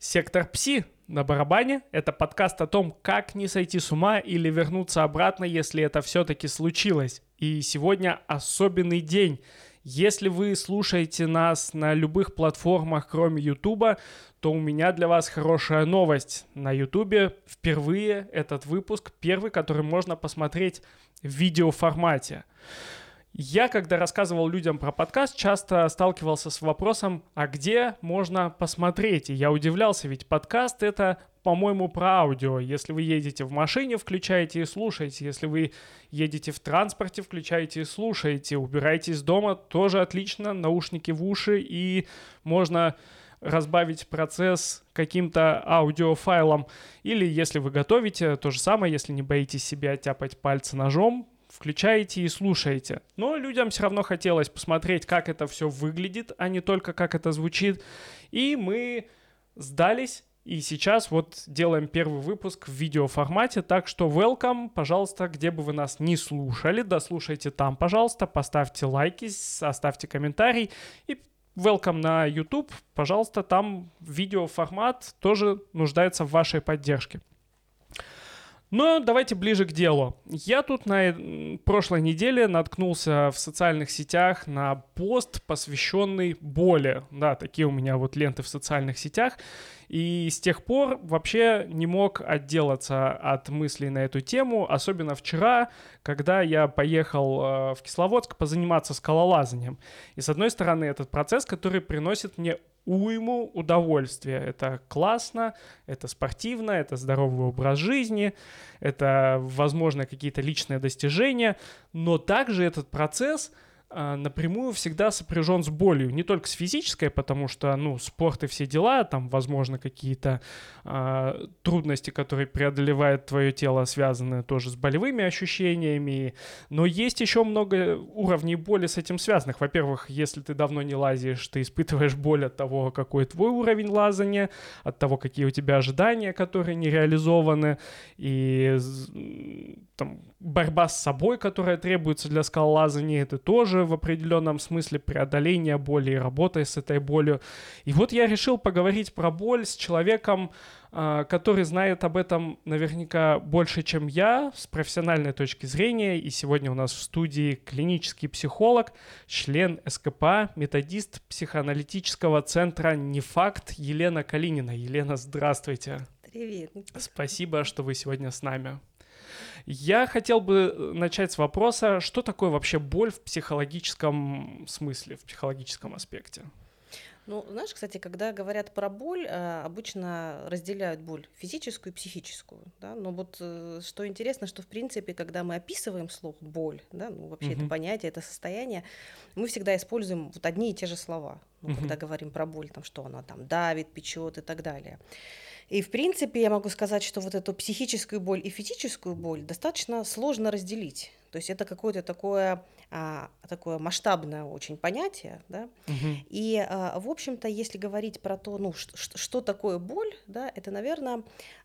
Сектор Пси на барабане – это подкаст о том, как не сойти с ума или вернуться обратно, если это все-таки случилось. И сегодня особенный день. Если вы слушаете нас на любых платформах, кроме Ютуба, то у меня для вас хорошая новость. На Ютубе впервые этот выпуск, первый, который можно посмотреть в видеоформате. Я, когда рассказывал людям про подкаст, часто сталкивался с вопросом, а где можно посмотреть? И я удивлялся, ведь подкаст — это, по-моему, про аудио. Если вы едете в машине, включаете и слушаете. Если вы едете в транспорте, включаете и слушаете. Убираетесь дома, тоже отлично, наушники в уши, и можно разбавить процесс каким-то аудиофайлом. Или если вы готовите, то же самое, если не боитесь себе оттяпать пальцы ножом, включаете и слушаете. Но людям все равно хотелось посмотреть, как это все выглядит, а не только как это звучит. И мы сдались, и сейчас вот делаем первый выпуск в видеоформате. Так что welcome, пожалуйста, где бы вы нас ни слушали, дослушайте там, пожалуйста, поставьте лайки, оставьте комментарий. И welcome на YouTube, пожалуйста, там видеоформат тоже нуждается в вашей поддержке. Но давайте ближе к делу. Я тут на прошлой неделе наткнулся в социальных сетях на пост, посвященный боли. Да, такие у меня вот ленты в социальных сетях. И с тех пор вообще не мог отделаться от мыслей на эту тему. Особенно вчера, когда я поехал в Кисловодск позаниматься скалолазанием. И с одной стороны, этот процесс, который приносит мне уйму удовольствия. Это классно, это спортивно, это здоровый образ жизни, это, возможно, какие-то личные достижения, но также этот процесс напрямую всегда сопряжен с болью, не только с физической, потому что, спорт и все дела, там, возможно, какие-то трудности, которые преодолевает твое тело, связаны тоже с болевыми ощущениями, но есть еще много уровней боли с этим связанных. Во-первых, если ты давно не лазишь, ты испытываешь боль от того, какой твой уровень лазания, от того, какие у тебя ожидания, которые не реализованы, и там, борьба с собой, которая требуется для скалолазания, это тоже в определенном смысле преодоление боли и работа с этой болью. И вот я решил поговорить про боль с человеком, который знает об этом наверняка больше, чем я, с профессиональной точки зрения. И сегодня у нас в студии клинический психолог, член СКПА, методист психоаналитического центра «Нефакт» Елена Калинина. Елена, здравствуйте. Привет. Спасибо, что вы сегодня с нами. Я хотел бы начать с вопроса, что такое вообще боль в психологическом смысле, в психологическом аспекте? Знаешь, кстати, когда говорят про боль, обычно разделяют боль физическую и психическую, да, но вот что интересно, что в принципе, когда мы описываем слово боль, да, вообще это понятие, это состояние, мы всегда используем вот одни и те же слова, когда говорим про боль, там, что она там давит, печет и так далее. И, в принципе, я могу сказать, что вот эту психическую боль и физическую боль достаточно сложно разделить. То есть это какое-то такое масштабное очень понятие, да. И, в общем-то, если говорить про то, что такое боль, да, это, наверное,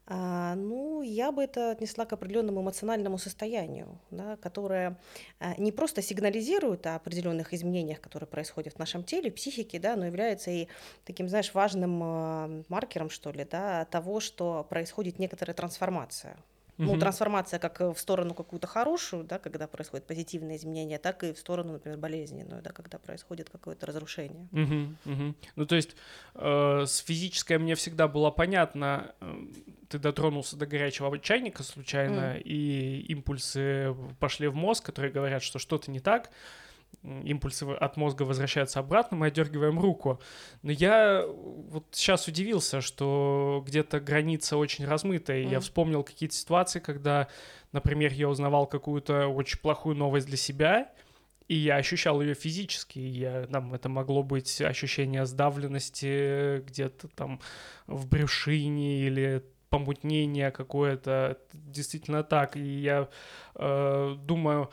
я бы это отнесла к определенному эмоциональному состоянию, да, которое не просто сигнализирует о определенных изменениях, которые происходят в нашем теле, психике, да, но является и таким, знаешь, важным маркером, что ли, да, того, что происходит некоторая трансформация. Трансформация как в сторону какую-то хорошую, да, когда происходят позитивные изменения, так и в сторону, например, болезненную, да, когда происходит какое-то разрушение. То есть с физической мне всегда было понятно, ты дотронулся до горячего чайника случайно, и импульсы пошли в мозг, которые говорят, что что-то не так. Импульсы от мозга возвращаются обратно, мы отдергиваем руку. Но я вот сейчас удивился, что где-то граница очень размытая. Я вспомнил какие-то ситуации, когда, например, я узнавал какую-то очень плохую новость для себя, и я ощущал ее физически. Это могло быть ощущение сдавленности где-то там в брюшине или помутнение какое-то. Действительно так. И я думаю...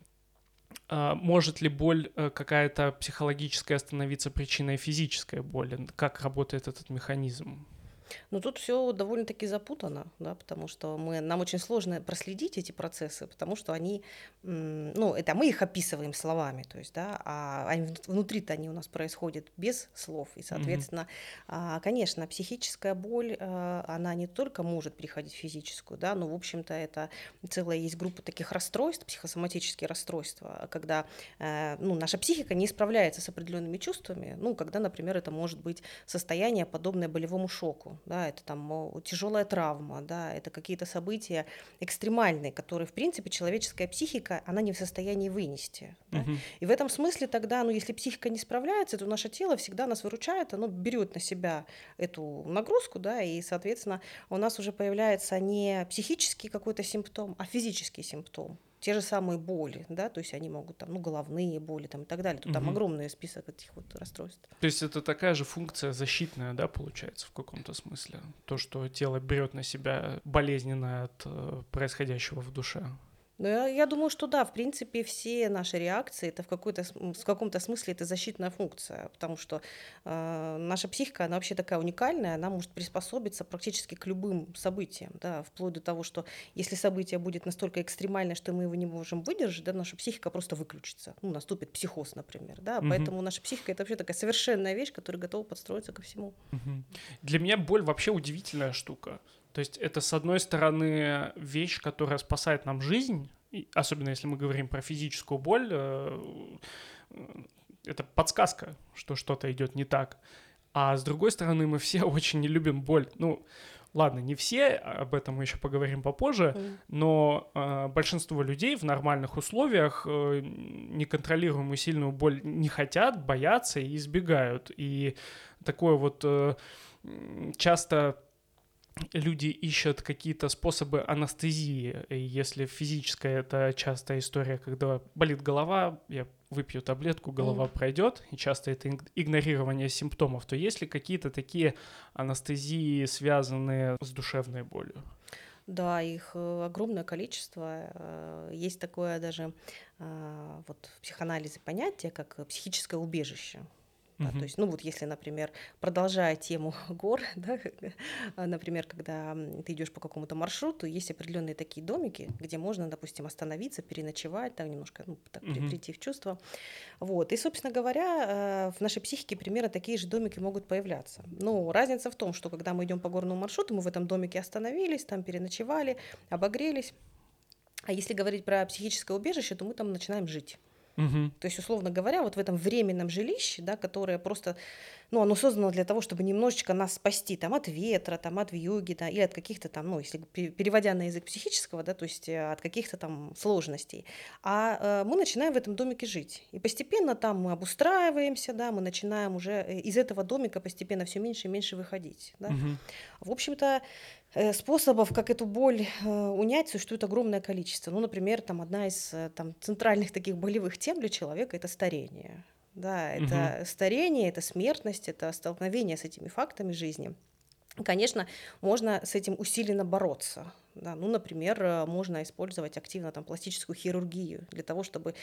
Может ли боль какая-то психологическая становиться причиной физической боли? Как работает этот механизм? Ну, тут все довольно-таки запутано, да, потому что нам очень сложно проследить эти процессы, потому что они, ну, это мы их описываем словами, то есть, да, а внутри-то они у нас происходят без слов, и, Мгм. соответственно, конечно, психическая боль, она не только может переходить в физическую, да, но, в общем-то, это целая есть группа таких расстройств, психосоматические расстройства, когда, ну, наша психика не справляется с определенными чувствами, ну, когда, например, это может быть состояние, подобное болевому шоку, да, это там тяжелая травма, да, это какие-то события экстремальные, которые, в принципе, человеческая психика, она не в состоянии вынести, да. Мгм. И в этом смысле тогда, ну, если психика не справляется, то наше тело всегда нас выручает, оно берет на себя эту нагрузку, да, и, соответственно, у нас уже появляется не психический какой-то симптом, а физический симптом. Те же самые боли, да, то есть они могут там, ну, головные боли там и так далее. Тут там Мгм. огромный список этих вот расстройств. То есть это такая же функция защитная, да, получается, в каком-то смысле? То, что тело берет на себя болезненное от происходящего в душе. Ну, я думаю, что да, в принципе, все наши реакции это в каком-то смысле это защитная функция, потому что наша психика, она вообще такая уникальная, она может приспособиться практически к любым событиям, да, вплоть до того, что если событие будет настолько экстремальное, что мы его не можем выдержать, да, наша психика просто выключится, ну, наступит психоз, например, да, Мгм. поэтому наша психика это вообще такая совершенная вещь, которая готова подстроиться ко всему. Мгм. Для меня боль вообще удивительная штука. То есть это, с одной стороны, вещь, которая спасает нам жизнь, и особенно если мы говорим про физическую боль, это подсказка, что что-то идет не так. А с другой стороны, мы все очень не любим боль. Ну, ладно, не все, об этом мы еще поговорим попозже, М. но большинство людей в нормальных условиях неконтролируемую сильную боль не хотят, боятся и избегают. И такое вот часто люди ищут какие-то способы анестезии. И если физическая, это часто история, когда болит голова, я выпью таблетку, голова Мгм. пройдет, и часто это игнорирование симптомов, то есть ли какие-то такие анестезии, связанные с душевной болью? Да, их огромное количество. Есть такое даже вот в психоанализе понятие, как психическое убежище. Да, то Мгм. есть, ну вот если, например, продолжая тему гор, да, например, когда ты идешь по какому-то маршруту, есть определенные такие домики, где можно, допустим, остановиться, переночевать, там немножко, ну, так, Мгм. прийти в чувство. Вот. И, собственно говоря, в нашей психике примерно такие же домики могут появляться. Но разница в том, что когда мы идем по горному маршруту, мы в этом домике остановились, там переночевали, обогрелись. А если говорить про психическое убежище, то мы там начинаем жить. Мгм. То есть, условно говоря, вот в этом временном жилище, да, которое просто, ну, оно создано для того, чтобы немножечко нас спасти там от ветра, там от вьюги, да, или от каких-то там, ну, если переводя на язык психического, да, то есть от каких-то там сложностей. Мы начинаем в этом домике жить. И постепенно там мы обустраиваемся, да, мы начинаем уже из этого домика постепенно все меньше и меньше выходить, да. Мгм. В общем-то, способов, как эту боль унять, существует огромное количество. Ну, например, там одна из там, центральных таких болевых тем для человека – это старение. Да, Мгм. это старение, это смертность, это столкновение с этими фактами жизни. Конечно, можно с этим усиленно бороться. Да, ну, например, можно использовать активно там, пластическую хирургию для того, чтобы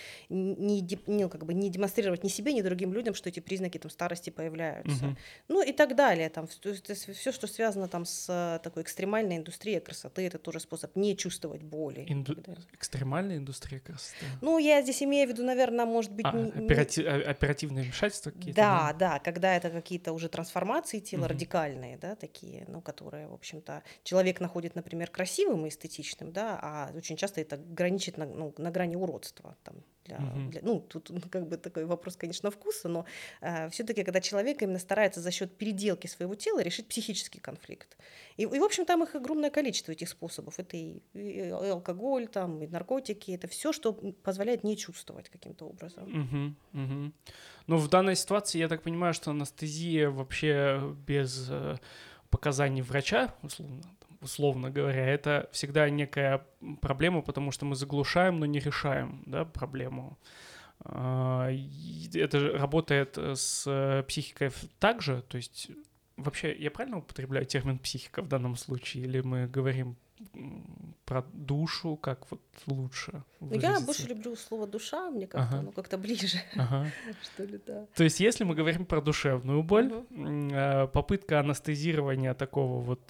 как бы не демонстрировать ни себе, ни другим людям, что эти признаки там, старости появляются. Мгм. Ну и так далее. Там, все, что связано там, с такой экстремальной индустрией красоты, это тоже способ не чувствовать боли. И так далее. Экстремальная индустрия красоты. Ну, я здесь имею в виду, наверное, может быть, Оперативные вмешательства какие-то, да? да, да, когда это какие-то уже трансформации тела Мгм. радикальные, да, такие, ну, которые, в общем-то, человек находит, например, красивым и эстетичным, да, а очень часто это граничит на грани уродства. Там, Мгм. ну, тут как бы такой вопрос, конечно, вкуса, но все-таки, когда человек именно старается за счет переделки своего тела решить психический конфликт. В общем, там их огромное количество этих способов. Это и алкоголь, там, и наркотики, это все, что позволяет не чувствовать каким-то образом. Мгм. Мгм. Ну, в данной ситуации я так понимаю, что анестезия вообще без показаний врача, условно говоря, это всегда некая проблема, потому что мы заглушаем, но не решаем, да, проблему. Это же работает с психикой также, то есть вообще я правильно употребляю термин психика в данном случае, или мы говорим про душу, как вот лучше Ну, я выразиться? больше люблю слово «душа», мне как-то Ага. оно как-то ближе, Ага. что ли, да. То есть, если мы говорим про душевную боль, Мгм. попытка анестезирования такого вот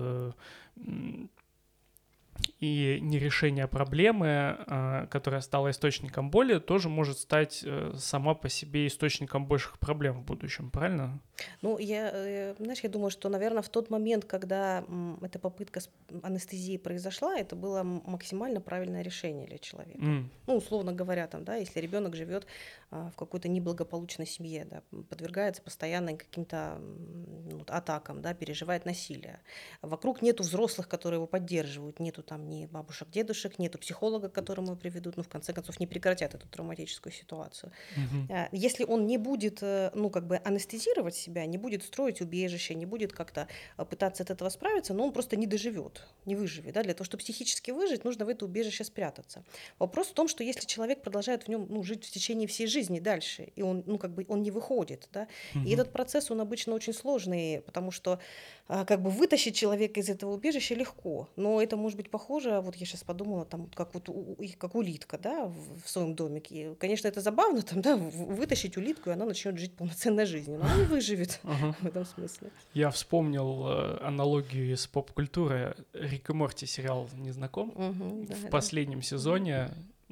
и нерешение проблемы, которая стала источником боли, тоже может стать сама по себе источником больших проблем в будущем, правильно? Ну, знаешь, я думаю, что, наверное, в тот момент, когда эта попытка анестезии произошла, это было максимально правильное решение для человека. М, Ну, условно говоря, там, да, если ребенок живет в какой-то неблагополучной семье, да, подвергается постоянно каким-то атакам, да, переживает насилие. Вокруг нету взрослых, которые его поддерживают, нету там ни бабушек, дедушек, нету психолога, к которому приведут, ну, в конце концов, не прекратят эту травматическую ситуацию. мгм, Если он не будет, ну, как бы анестезировать себя, не будет строить убежище, не будет как-то пытаться от этого справиться, но он просто не доживет, не выживет. Да? Для того, чтобы психически выжить, нужно в это убежище спрятаться. Вопрос в том, что если человек продолжает в нем, ну, жить в течение всей жизни дальше, и он, ну, как бы он не выходит, да, и мгм. этот процесс, он обычно очень сложный, потому что как бы вытащить человека из этого убежища легко, но это может быть похоже, вот я сейчас подумала, там, как вот как улитка, да, в своем домике. И, конечно, это забавно, там, да, вытащить улитку, и она начнет жить полноценной жизнью, но она не выживет Ага. в этом смысле. Я вспомнил аналогию из поп-культуры. Рик и Морти сериал не знаком? Мгм, да, В да. последнем сезоне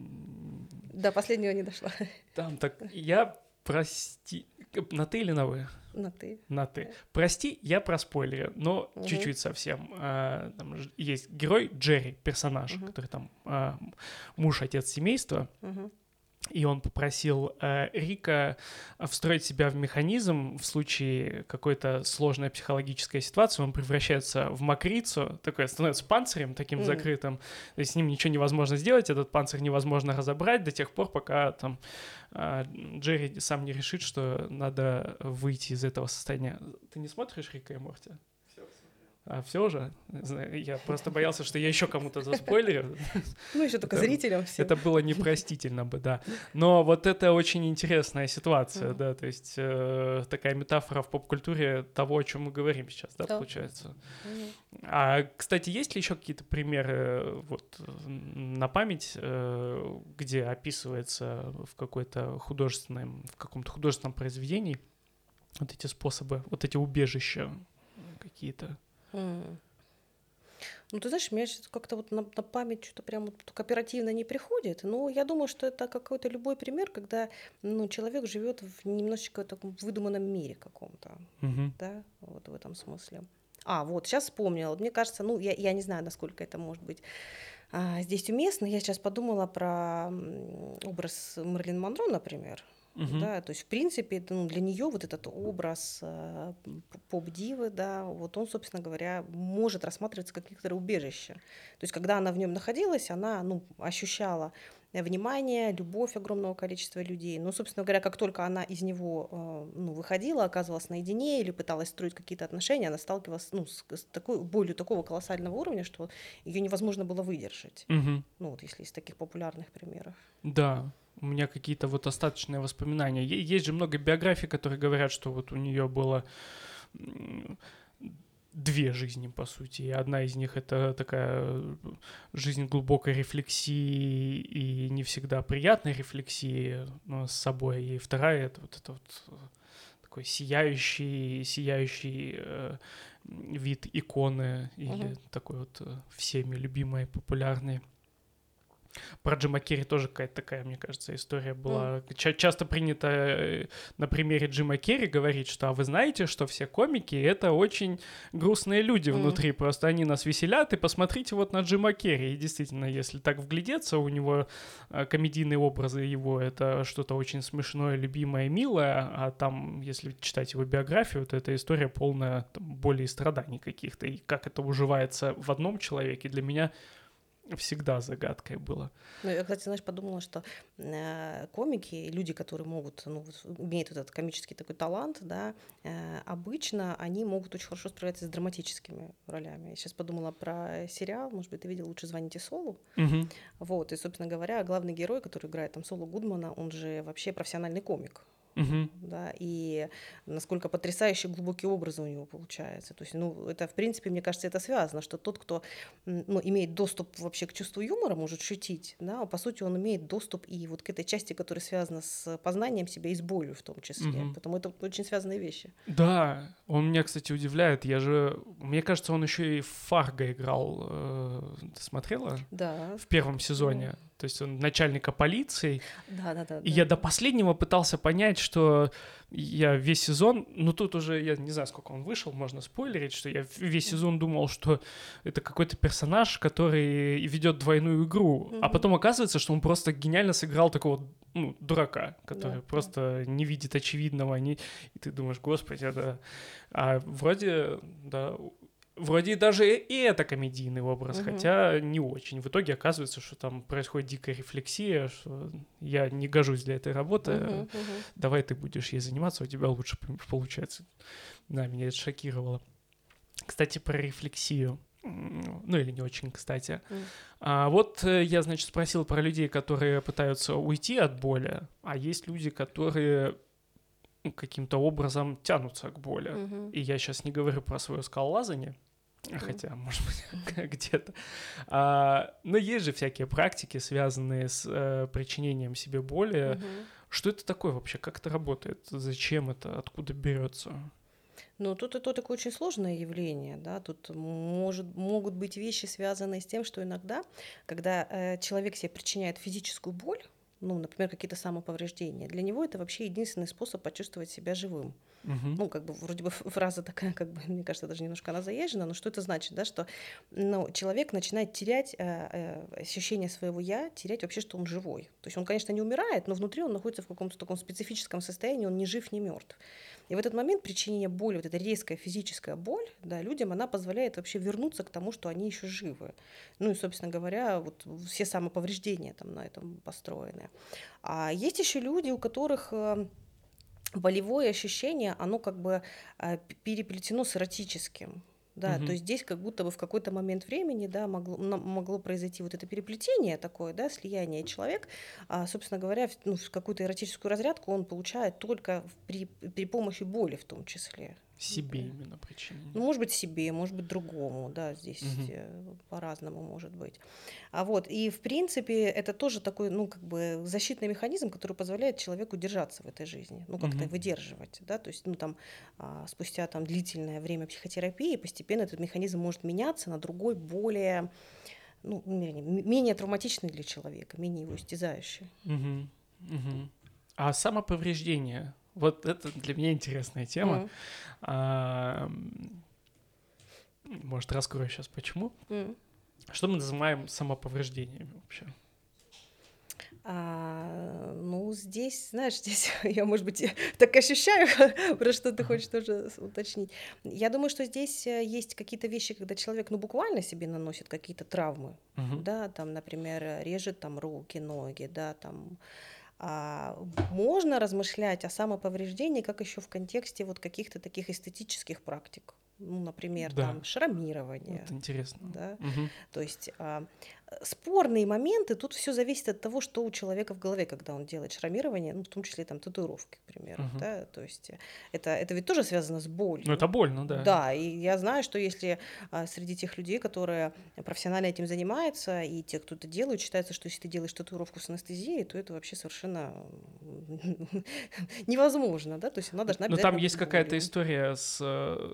До последнего не дошла. там так... Я прости... На ты или на вы? На ты. На ты. Прости, я проспойлерю, но Мгм. чуть-чуть совсем. Там есть герой Джерри, персонаж, Мгм. который там муж, отец семейства, Мгм. и он попросил Рика встроить себя в механизм в случае какой-то сложной психологической ситуации. Он превращается в мокрицу, такой становится панцирем таким закрытым. То есть с ним ничего невозможно сделать, этот панцирь невозможно разобрать до тех пор, пока там Джерри сам не решит, что надо выйти из этого состояния. Ты не смотришь Рика и Морти? А, все уже? Я просто боялся, что я еще кому-то заспойлерю. Ну, еще только Это, зрителям всем. это было непростительно бы, да. Но вот это очень интересная ситуация, да, то есть такая метафора в поп-культуре того, о чем мы говорим сейчас, да, Да. получается. Мгм. А, кстати, есть ли еще какие-то примеры вот на память, где описывается в каком-то художественном произведении вот эти способы, вот эти убежища какие-то? М. Ну, ты знаешь, мне сейчас как-то вот на память что-то прям вот так оперативно не приходит, но я думаю, что это какой-то любой пример, когда, ну, человек живет в немножечко таком выдуманном мире каком-то, Мгм. да, вот в этом смысле. Вот, сейчас вспомнила. Вот мне кажется, ну, я не знаю, насколько это может быть здесь уместно. Я сейчас подумала про образ Мэрилин Монро, например. Мгм. Да, то есть, в принципе, для нее вот этот образ поп-дивы, да, вот он, собственно говоря, может рассматриваться как некоторое убежище. То есть, когда она в нем находилась, она, ну, ощущала внимание, любовь огромного количества людей. Ну, собственно говоря, как только она из него ну, выходила, оказывалась наедине или пыталась строить какие-то отношения, она сталкивалась, ну, с такой болью такого колоссального уровня, что ее невозможно было выдержать. Мгм. Ну, вот если из таких популярных примеров. Да, у меня какие-то вот остаточные воспоминания. Есть же много биографий, которые говорят, что вот у нее было две жизни, по сути. И одна из них — это такая жизнь глубокой рефлексии и не всегда приятной рефлексии, но с собой. И вторая — это вот такой сияющий вид иконы или такой вот всеми любимый, популярный. Про Джима Керри тоже какая-то такая, мне кажется, история была. Часто принято на примере Джима Керри говорить, что а вы знаете, что все комики — это очень грустные люди внутри, просто они нас веселят, и посмотрите вот на Джима Керри. И действительно, если так вглядеться, у него комедийные образы его — это что-то очень смешное, любимое, милое, а там, если читать его биографию, то эта история полная там, боли и страданий каких-то. И как это уживается в одном человеке, для меня всегда загадкой было. Ну, я, кстати, знаешь, подумала, что комики, люди, которые могут, ну, имеют вот этот комический такой талант, да, обычно они могут очень хорошо справляться с драматическими ролями. Я сейчас подумала про сериал, может быть, ты видел «Лучше звоните Солу». Вот, и, собственно говоря, главный герой, который играет там Солу Гудмана, он же вообще профессиональный комик. да, и насколько потрясающе глубокие образы у него получаются. То есть, ну, это, в принципе, мне кажется, это связано, что тот, кто, ну, имеет доступ вообще к чувству юмора, может шутить, да, по сути, он имеет доступ и вот к этой части, которая связана с познанием себя и с болью в том числе. Поэтому это очень связанные вещи. Да, он меня, кстати, удивляет. Мне кажется, он еще и в Фарго играл. Ты смотрела? Да. В первом сезоне. То есть он начальника полиции. Да. И я до последнего пытался понять, что я весь сезон, ну тут уже, я не знаю, сколько он вышел, можно спойлерить, что я весь сезон думал, что это какой-то персонаж, который ведет двойную игру, а потом оказывается, что он просто гениально сыграл такого, ну, дурака, который просто не видит очевидного, и ты думаешь, господи, это... А вроде, да... Вроде даже и это комедийный образ, хотя не очень. В итоге оказывается, что там происходит дикая рефлексия, что я не гожусь для этой работы, давай ты будешь ей заниматься, у тебя лучше получается. Да, меня это шокировало. Кстати, про рефлексию. Ну или не очень, кстати. Вот я, значит, спросил про людей, которые пытаются уйти от боли, а есть люди, которые каким-то образом тянутся к боли. И я сейчас не говорю про свое скалолазание, хотя, может быть, где-то. Но есть же всякие практики, связанные с причинением себе боли. Что это такое вообще? Как это работает? Зачем это? Откуда берется? Ну, тут это такое очень сложное явление, да, тут могут быть вещи, связанные с тем, что иногда, когда человек себе причиняет физическую боль, ну, например, какие-то самоповреждения, для него это вообще единственный способ почувствовать себя живым. Ну, как бы, вроде бы фраза такая, как бы, мне кажется, даже немножко она заезжена, но что это значит, да, что, ну, человек начинает терять ощущение своего «я», терять вообще, что он живой. То есть он, конечно, не умирает, но внутри он находится в каком-то таком специфическом состоянии, он ни жив, ни мертв. И в этот момент причинение боли, вот эта резкая физическая боль, да, людям, она позволяет вообще вернуться к тому, что они еще живы. Ну и, собственно говоря, вот все самоповреждения там на этом построены. А есть еще люди, у которых болевое ощущение, оно как бы переплетено с эротическим. Да, то есть здесь как будто бы в какой-то момент времени, да, могло произойти вот это переплетение такое, да, слияние. Человек, собственно говоря, в какую-то эротическую разрядку он получает только при помощи боли в том числе. Себе именно причинение. Ну, может быть, себе, может быть, другому, да, здесь по-разному может быть. И, в принципе, это тоже такой, ну, как бы защитный механизм, который позволяет человеку держаться в этой жизни, ну, как-то выдерживать, да, то есть, ну, там, спустя там длительное время психотерапии постепенно этот механизм может меняться на другой, более, ну, менее травматичный для человека, менее его истязающий. А самоповреждение? Вот это для меня интересная тема. Может, раскрою сейчас почему. Что мы называем самоповреждениями вообще? Ну, здесь, знаешь, здесь я, может быть, так ощущаю, про что ты хочешь тоже уточнить. Я думаю, что здесь есть какие-то вещи, когда человек, ну, буквально себе наносит какие-то травмы, да, там, например, режет там руки, ноги, да, там. Можно размышлять о самоповреждении как еще в контексте вот каких-то таких эстетических практик. Ну, например, там шрамирование. Это интересно. Да? То есть спорные моменты, тут все зависит от того, что у человека в голове, когда он делает шрамирование, ну, в том числе там татуировки, к примеру. Да? То есть это ведь тоже связано с болью. Ну, это больно, да. Да, и я знаю, что если среди тех людей, которые профессионально этим занимаются, и те, кто это делают, считается, что если ты делаешь татуировку с анестезией, то это вообще совершенно невозможно, да, то есть она должна быть. Но там есть какая-то история с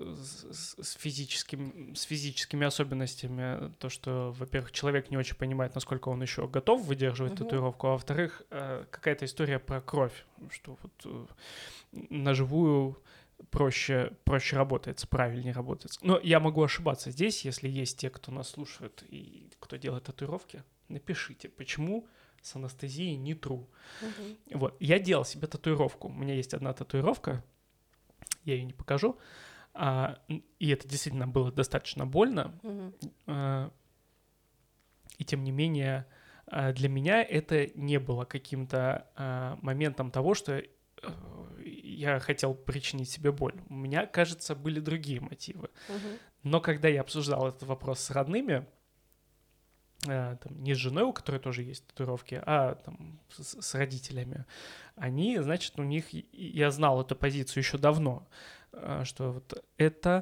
физическими особенностями, то, что, во-первых, человек не очень понимает, насколько он еще готов выдерживать татуировку, а во-вторых, какая-то история про кровь, что вот на живую проще работается, правильнее работается. Но я могу ошибаться здесь, если есть те, кто нас слушает и кто делает татуировки, напишите, почему с анестезией не true. Вот, я делал себе татуировку, у меня есть одна татуировка, я ее не покажу, и это действительно было достаточно больно, и тем не менее для меня это не было каким-то моментом того, что я хотел причинить себе боль. У меня, кажется, были другие мотивы. Но когда я обсуждал этот вопрос с родными, там, не с женой, у которой тоже есть татуировки, а там, с родителями, они, значит, у них, я знал эту позицию еще давно, что вот это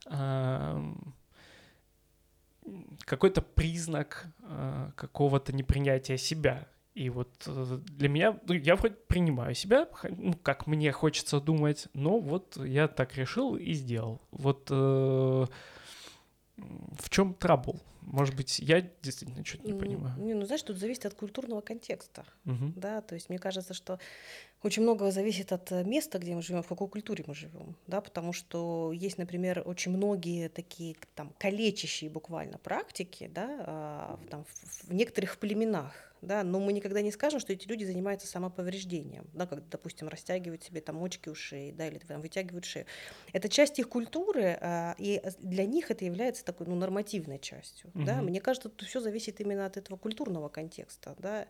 какой-то признак какого-то непринятия себя. И вот для меня, ну, я вроде принимаю себя, ну, как мне хочется думать, но вот я так решил и сделал. Вот в чем трабл? Может быть, я действительно что-то не понимаю. Ну, знаешь, тут зависит от культурного контекста. Угу. Да, то есть мне кажется, что очень многое зависит от места, где мы живем, в какой культуре мы живем, да, потому что есть, например, очень многие такие там калечащие буквально практики, да, там, в некоторых племенах, да, но мы никогда не скажем, что эти люди занимаются самоповреждением, да, как, допустим, растягивают себе там мочки ушей, да, или там вытягивают шею. Это часть их культуры, и для них это является такой, ну, нормативной частью, да. Мне кажется, тут все зависит именно от этого культурного контекста, да.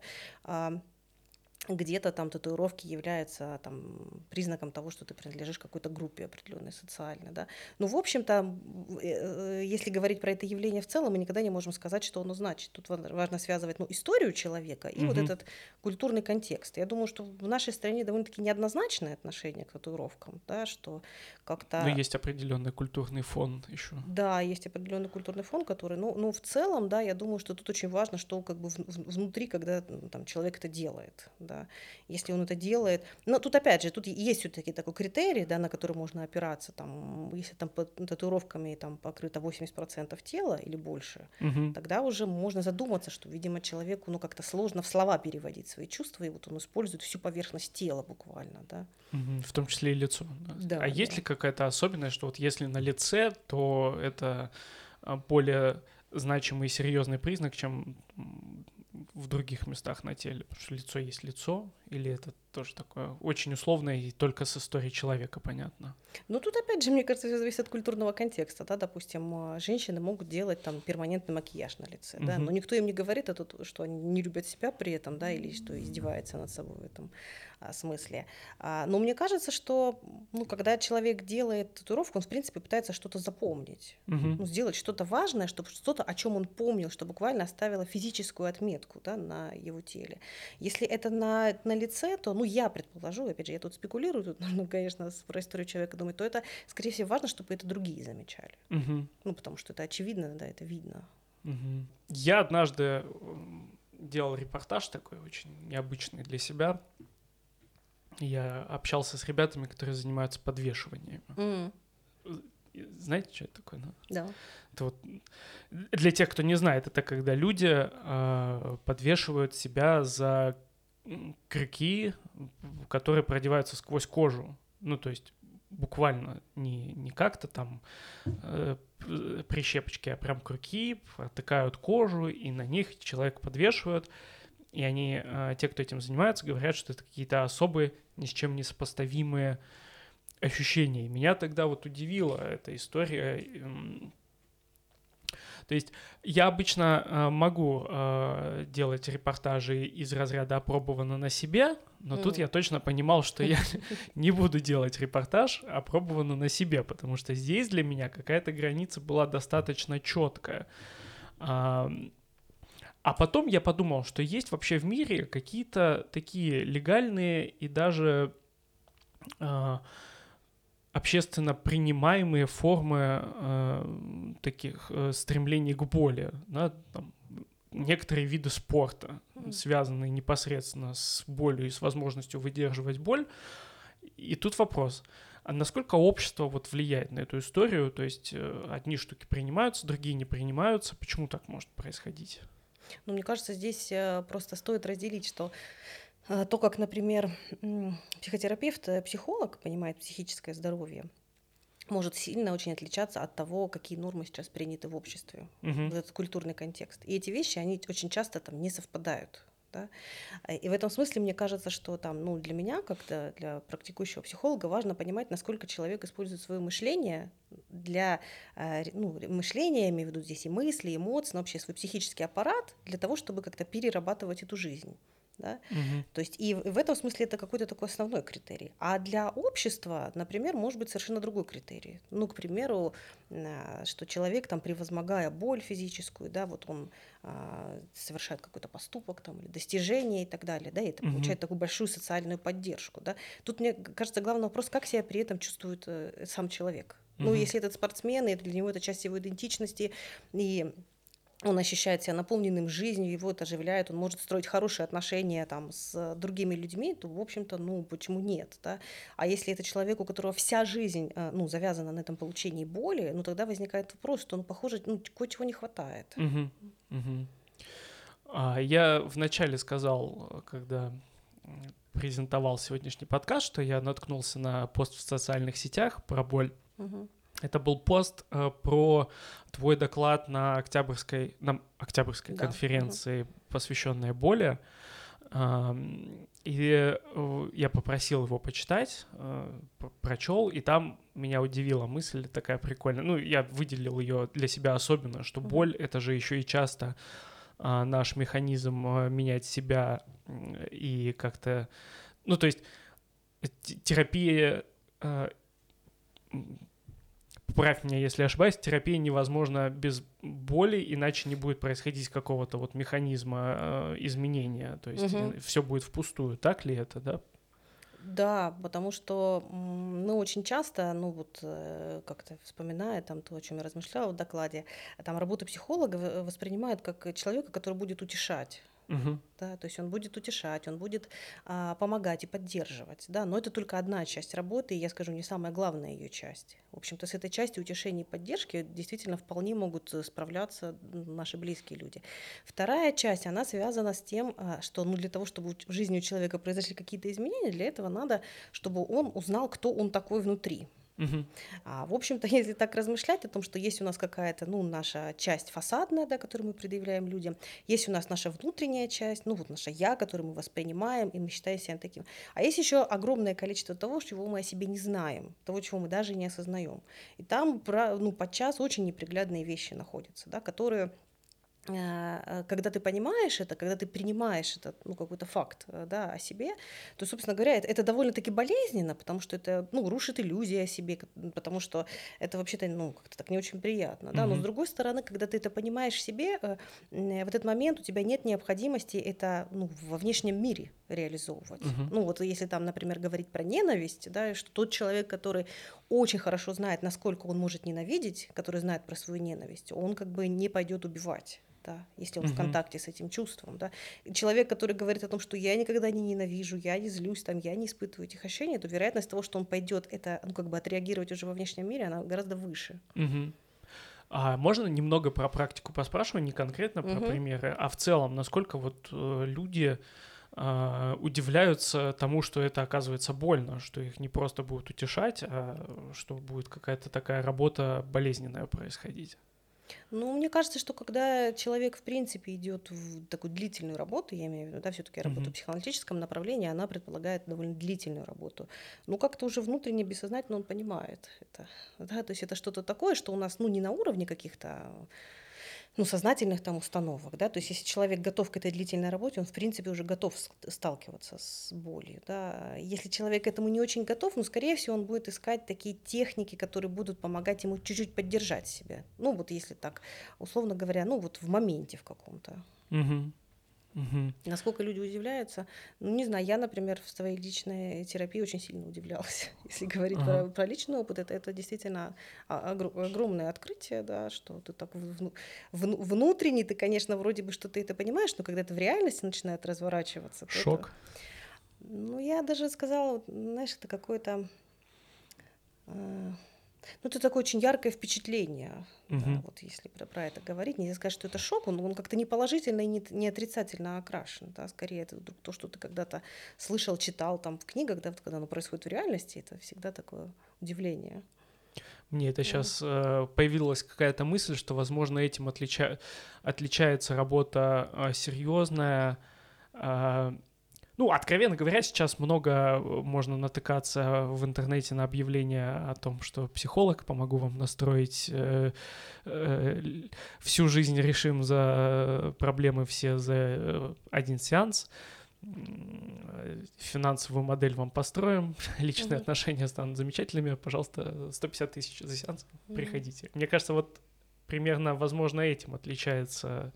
Где-то там татуировки являются там признаком того, что ты принадлежишь какой-то группе определенной социальной, да. Ну, в общем-то, если говорить про это явление в целом, мы никогда не можем сказать, что оно значит. Тут важно связывать, ну, историю человека и вот этот культурный контекст. Я думаю, что в нашей стране довольно-таки неоднозначное отношение к татуировкам, да, что как-то... Но есть определенный культурный фон еще. Да, есть определенный культурный фон, который, ну, в целом, да, я думаю, что тут очень важно, что как бы внутри, когда там человек это делает, да, если он это делает, но тут опять же, тут есть все-таки такой критерий, да, на который можно опираться, там, если там под татуировками там покрыто 80% тела или больше, тогда уже можно задуматься, что, видимо, человеку, ну, как-то сложно в слова переводить свои чувства, и вот он использует всю поверхность тела буквально, да. В том числе и лицо. Да. Да, а есть ли какая-то особенность, что вот если на лице, то это более значимый и серьезный признак, чем в других местах на теле? Потому что лицо есть лицо, или это тоже такое очень условное и только с историей человека понятно? Ну, тут опять же, мне кажется, все зависит от культурного контекста, да, допустим, женщины могут делать там перманентный макияж на лице, да, но никто им не говорит, что они не любят себя при этом, да, или что издевается над собой в этом смысле. Но мне кажется, что, ну, когда человек делает татуировку, он, в принципе, пытается что-то запомнить, ну, сделать что-то важное, чтобы что-то, о чем он помнил, что буквально оставило физическую отметку, да, на его теле. Если это на лице, то, ну, я предположу, опять же, я тут спекулирую, тут нужно, конечно, про историю человека думать, то это, скорее всего, важно, чтобы это другие замечали. Ну, потому что это очевидно, да, это видно. Я однажды делал репортаж такой очень необычный для себя. Я общался с ребятами, которые занимаются подвешиванием. Знаете, что это такое? Да. Это вот, для тех, кто не знает, это когда люди подвешивают себя за крюки, которые продеваются сквозь кожу. Ну, то есть буквально не как-то там прищепочки, а прям крюки протыкают кожу, и на них человек подвешивают. И они, те, кто этим занимается, говорят, что это какие-то особые, ни с чем не сопоставимые ощущения. И меня тогда вот удивила эта история. То есть я обычно могу делать репортажи из разряда «опробовано на себе», но тут я точно понимал, что я не буду делать репортаж «опробовано на себе», потому что здесь для меня какая-то граница была достаточно четкая. А потом я подумал, что есть вообще в мире какие-то такие легальные и даже общественно принимаемые формы таких стремлений к боли. Да? Там, некоторые виды спорта, связанные непосредственно с болью и с возможностью выдерживать боль. И тут вопрос. А насколько общество вот влияет на эту историю? То есть одни штуки принимаются, другие не принимаются. Почему так может происходить? Ну, мне кажется, здесь просто стоит разделить, что то, как, например, психотерапевт, психолог понимает психическое здоровье, может сильно очень отличаться от того, какие нормы сейчас приняты в обществе, вот этот культурный контекст. И эти вещи, они очень часто там не совпадают. Да? И в этом смысле мне кажется, что там, ну, для меня, как для практикующего психолога, важно понимать, насколько человек использует свое мышление для мышления, я имею в виду здесь и мысли, и эмоции, но вообще свой психический аппарат для того, чтобы как-то перерабатывать эту жизнь. Да? Мгм. То есть и в этом смысле это какой-то такой основной критерий. А для общества, например, может быть совершенно другой критерий. Ну, к примеру, что человек, там, превозмогая боль физическую, да, вот он совершает какой-то поступок там, или достижение и так далее, да, и это Мгм. получает такую большую социальную поддержку. Да. Тут, мне кажется, главный вопрос, как себя при этом чувствует сам человек. Ну, Мгм. если этот спортсмен, и для него это часть его идентичности, и он ощущает себя наполненным жизнью, его это оживляет, он может строить хорошие отношения там, с другими людьми, то, в общем-то, ну, почему нет, да? А если это человек, у которого вся жизнь, ну, завязана на этом получении боли, ну, тогда возникает вопрос, что, ну, похоже, ну, кое-чего не хватает. Мгм. Мгм. Я вначале сказал, когда презентовал сегодняшний подкаст, что я наткнулся на пост в социальных сетях про боль. Мгм. Это был пост про твой доклад на Октябрьской Да. Мгм. конференции, посвященной боли. И я попросил его почитать, прочел, и там меня удивила мысль такая прикольная. Ну, я выделил ее для себя особенно, что Мгм. боль — это же еще и часто наш механизм менять себя и как-то... Ну, то есть терапия... э, Поправь меня, если ошибаюсь, терапия невозможна без боли, иначе не будет происходить какого-то вот механизма изменения, то есть Мгм. все будет впустую. Так ли это, да? Да, потому что, ну, очень часто, ну, вот, как-то вспоминая там то, о чем я размышляла в докладе, там работу психолога воспринимают как человека, который будет утешать. Мгм. Да, то есть он будет утешать, он будет помогать и поддерживать, да, но это только одна часть работы, и я скажу, не самая главная ее часть. В общем-то, с этой частью утешения и поддержки действительно вполне могут справляться наши близкие люди. Вторая часть, она связана с тем, что, ну, для того, чтобы в жизни у человека произошли какие-то изменения, для этого надо, чтобы он узнал, кто он такой внутри. Мгм. В общем-то, если так размышлять о том, что есть у нас какая-то, ну, наша часть фасадная, да, которую мы предъявляем людям, есть у нас наша внутренняя часть, ну, вот наше «я», которое мы воспринимаем, и мы считаем себя таким. А есть еще огромное количество того, чего мы о себе не знаем, того, чего мы даже не осознаем. И там, ну, подчас очень неприглядные вещи находятся, да, которые когда ты понимаешь это, когда ты принимаешь этот, ну, какой-то факт, да, о себе, то, собственно говоря, это довольно-таки болезненно, потому что это, ну, рушит иллюзии о себе, потому что это вообще-то, ну, как-то так не очень приятно, да, но с Мгм. другой стороны, когда ты это понимаешь в себе, в этот момент у тебя нет необходимости это, ну, во внешнем мире реализовывать. Мгм. Ну, вот если там, например, говорить про ненависть, да, что тот человек, который очень хорошо знает, насколько он может ненавидеть, который знает про свою ненависть, он как бы не пойдет убивать. Да, если он в Мгм. контакте с этим чувством. Да. Человек, который говорит о том, что я никогда не ненавижу, я не злюсь, там, я не испытываю этих ощущений, то вероятность того, что он пойдет это, ну, как бы отреагировать уже во внешнем мире, она гораздо выше. Мгм. А можно немного про практику поспрашивать, не конкретно про Мгм. примеры, а в целом, насколько вот люди удивляются тому, что это оказывается больно, что их не просто будут утешать, а что будет какая-то такая работа болезненная происходить? Ну, мне кажется, что когда человек, в принципе, идет в такую длительную работу, я имею в виду, да, все-таки работа в Мгм. психоаналитическом направлении, она предполагает довольно длительную работу. Ну, как-то уже внутренне, бессознательно он понимает это. Да, то есть это что-то такое, что у нас, ну, не на уровне каких-то, ну, сознательных там установок, да, то есть если человек готов к этой длительной работе, он, в принципе, уже готов сталкиваться с болью, да. Если человек к этому не очень готов, ну, скорее всего, он будет искать такие техники, которые будут помогать ему чуть-чуть поддержать себя. Ну, вот если так, условно говоря, ну, вот в моменте в каком-то. Мгм. Мгм. Насколько люди удивляются, ну, не знаю, я, например, в своей личной терапии очень сильно удивлялась. Если говорить Ага. про личный опыт, это действительно огромное открытие, да, что ты так внутренне, ты, конечно, вроде бы, что ты это понимаешь, но когда это в реальности начинает разворачиваться, то это, Шок. ну, я даже сказала, вот, знаешь, это какое-то, э, ну, это такое очень яркое впечатление, да, Мгм. вот если про это говорить. Нельзя сказать, что это шок, он как-то не положительно и не отрицательно окрашен, да, скорее это вдруг то, что ты когда-то слышал, читал там в книгах, да, вот когда оно происходит в реальности, это всегда такое удивление. Мне это Мгм. сейчас появилась какая-то мысль, что, возможно, этим отличается работа серьезная. Ну, откровенно говоря, сейчас много можно натыкаться в интернете на объявления о том, что психолог, помогу вам настроить всю жизнь, решим за проблемы все за один сеанс. финансовую модель вам построим, личные отношения станут замечательными, пожалуйста, 150 тысяч за сеанс, приходите. Мне кажется, вот примерно, возможно, этим отличается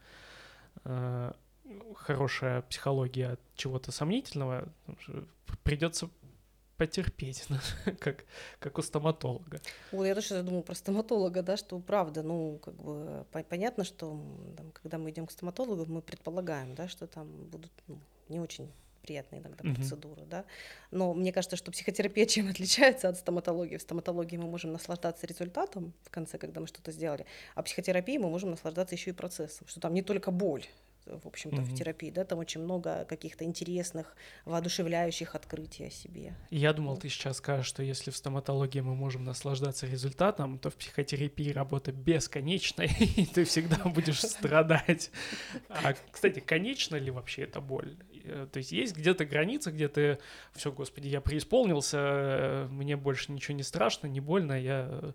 хорошая психология от чего-то сомнительного. Придется потерпеть, как у стоматолога. Вот я тоже думаю про стоматолога, да, что правда, как бы понятно, что там, когда мы идем к стоматологу, мы предполагаем, да, что там будут не очень приятные иногда процедуры, да. Но мне кажется, что психотерапия чем отличается от стоматологии? В стоматологии мы можем наслаждаться результатом в конце, когда мы что-то сделали, а в психотерапии мы можем наслаждаться еще и процессом, что там не только боль, в общем-то, в терапии, да, там очень много каких-то интересных, воодушевляющих открытий о себе. Я думал, ты сейчас скажешь, что если в стоматологии мы можем наслаждаться результатом, то в психотерапии работа бесконечна, и ты всегда будешь страдать. А, кстати, конечна ли вообще эта боль? То есть где-то граница, где ты, все, господи, я преисполнился, мне больше ничего не страшно, не больно, я...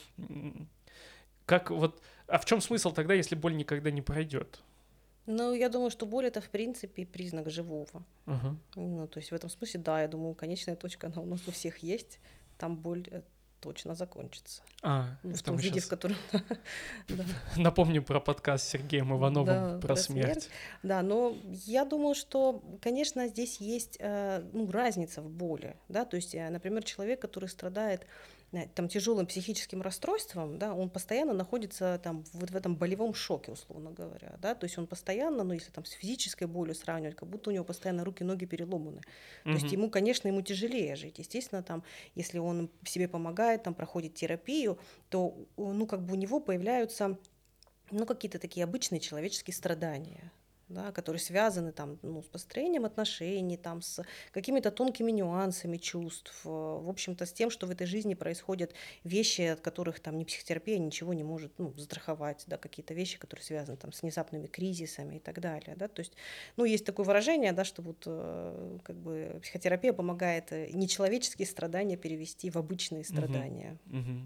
Как вот... А в чем смысл тогда, если боль никогда не пройдет? Я думаю, что боль — это, в принципе, признак живого. То есть в этом смысле, да, я думаю, конечная точка, она у нас у всех есть, там боль точно закончится. В том виде, в котором... Напомню про подкаст с Сергеем Ивановым про смерть. Да, но я думаю, что, конечно, здесь есть разница в боли, да, то есть, например, человек, который страдает там тяжелым психическим расстройством, да, он постоянно находится там вот в этом болевом шоке, условно говоря, да, то есть он постоянно, если там с физической болью сравнивать, как будто у него постоянно руки, ноги переломаны, то есть ему, конечно, ему тяжелее жить, естественно, там, если он себе помогает, там, проходит терапию, то, как бы у него появляются, какие-то такие обычные человеческие страдания, да, которые связаны там, с построением отношений, там, с какими-то тонкими нюансами чувств, в общем-то, с тем, что в этой жизни происходят вещи, от которых там ни психотерапия ничего не может застраховать, да, какие-то вещи, которые связаны там с внезапными кризисами и так далее, да, то есть, есть такое выражение, да, что вот как бы психотерапия помогает нечеловеческие страдания перевести в обычные страдания.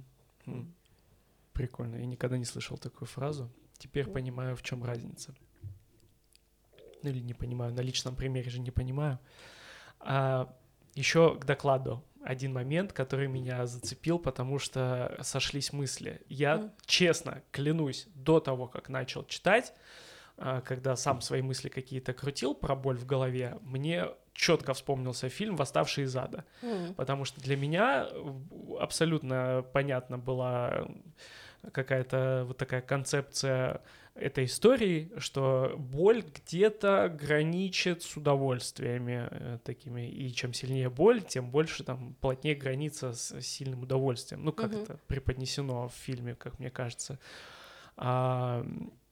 Прикольно, я никогда не слышал такую фразу, теперь понимаю, в чем разница. Или не понимаю, на личном примере же не понимаю. Еще к докладу один момент, который меня зацепил, потому что сошлись мысли. Я, честно, клянусь, до того, как начал читать, когда сам свои мысли какие-то крутил про боль в голове, мне четко вспомнился фильм «Восставший из ада». Потому что для меня абсолютно понятна была какая-то вот такая концепция этой истории, что боль где-то граничит с удовольствиями такими, и чем сильнее боль, тем больше там плотнее граница с сильным удовольствием. Как это преподнесено в фильме, как мне кажется. Так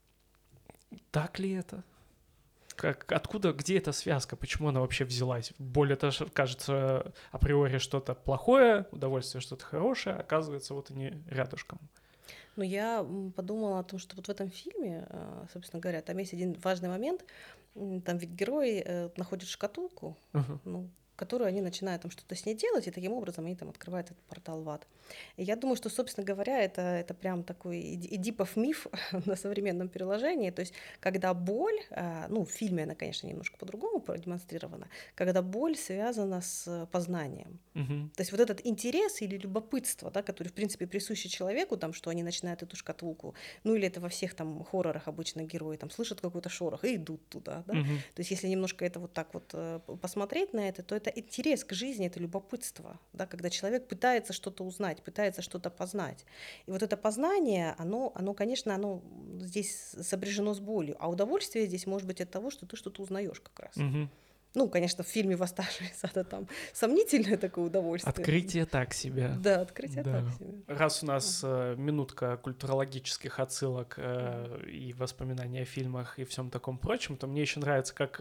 ли это? Откуда, где эта связка? Почему она вообще взялась? Боль — это, кажется, априори что-то плохое, удовольствие — что-то хорошее, оказывается, вот они рядышком. Я подумала о том, что вот в этом фильме, собственно говоря, там есть один важный момент. Там ведь герои находят шкатулку, которую они начинают там что-то с ней делать, и таким образом они там открывают этот портал в ад. И я думаю, что, собственно говоря, это прям такой эдипов миф на современном переложении. То есть, когда боль, в фильме она, конечно, немножко по-другому продемонстрирована, когда боль связана с познанием. То есть вот этот интерес или любопытство, да, который, в принципе, присущи человеку, там, что они начинают эту шкатулку, или это во всех там хоррорах обычно герои там слышат какой-то шорох и идут туда. Да? То есть если немножко это вот так вот посмотреть на это, то это интерес к жизни, это любопытство, да, когда человек пытается что-то узнать, пытается что-то познать. И вот это познание, оно, конечно, оно здесь сопряжено с болью, а удовольствие здесь может быть от того, что ты что-то узнаешь как раз. Конечно, в фильме «Восставший из ада» там сомнительное такое удовольствие. Открытие так себе. Да, открытие так себе. Раз у нас минутка культурологических отсылок и воспоминаний о фильмах и всем таком прочем, то мне еще нравится, как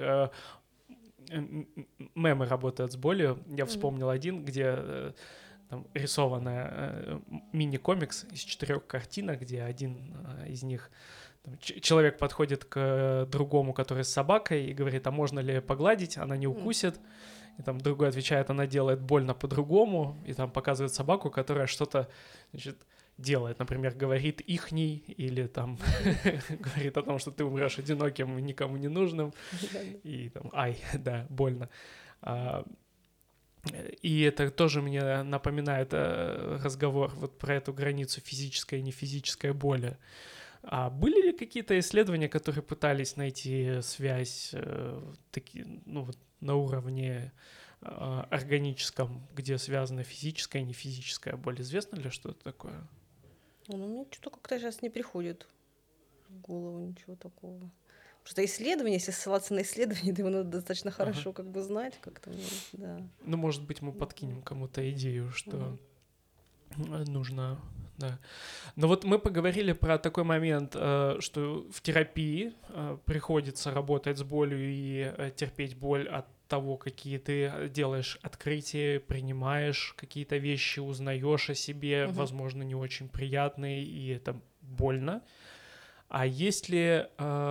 мемы работают с болью. Я вспомнил один, где там рисованная мини-комикс из 4 картинок, где один из них человек подходит к другому, который с собакой, и говорит, а можно ли погладить, она не укусит. И там другой отвечает, она делает больно по-другому, и там показывает собаку, которая что-то, значит, делает. Например, говорит ихний или там говорит о том, что ты умрешь одиноким и никому не нужным. И там, ай, да, больно. И это тоже мне напоминает разговор вот про эту границу физической и нефизической боли. А были ли какие-то исследования, которые пытались найти связь ну, вот, на уровне органическом, где связана физическая и нефизическая боль? Известно ли что-то такое? Ну, мне что-то как-то сейчас не приходит в голову ничего такого. Просто исследование, если ссылаться на исследование, то его надо достаточно хорошо как бы знать как-то, да. Ну, может быть, мы подкинем кому-то идею, что нужно, да. Но вот мы поговорили про такой момент, что в терапии приходится работать с болью и терпеть боль от того, какие ты делаешь открытия, принимаешь какие-то вещи, узнаешь о себе, возможно, не очень приятные, и это больно. А есть ли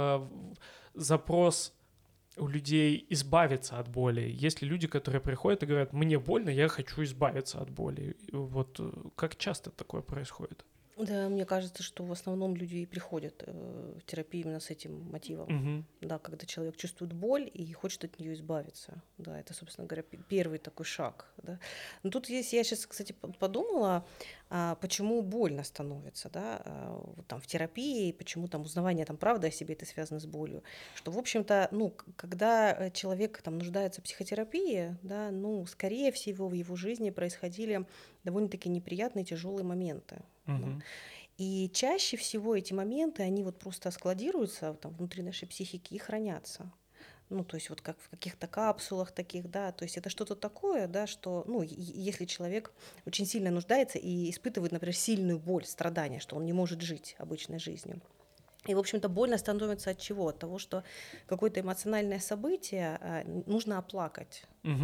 запрос у людей избавиться от боли? Есть ли люди, которые приходят и говорят, мне больно, я хочу избавиться от боли? Вот как часто такое происходит? Да, мне кажется, что в основном люди и приходят в терапию именно с этим мотивом. Да, когда человек чувствует боль и хочет от нее избавиться. Да, это, собственно говоря, первый такой шаг. Да. Но тут есть, я сейчас, кстати, подумала, почему больно становится, да, там, в терапии, почему там узнавание там, правды о себе это связано с болью. Что, в общем-то, ну, когда человек там, нуждается в психотерапии, да, ну, скорее всего, в его жизни происходили довольно-таки неприятные, тяжелые моменты. Да. И чаще всего эти моменты, они вот просто складируются там, внутри нашей психики и хранятся. Ну, то есть вот как в каких-то капсулах таких, да, то есть это что-то такое, да, что, ну, если человек очень сильно нуждается и испытывает, например, сильную боль, страдания, что он не может жить обычной жизнью. И, в общем-то, больно становится от чего? От того, что какое-то эмоциональное событие нужно оплакать.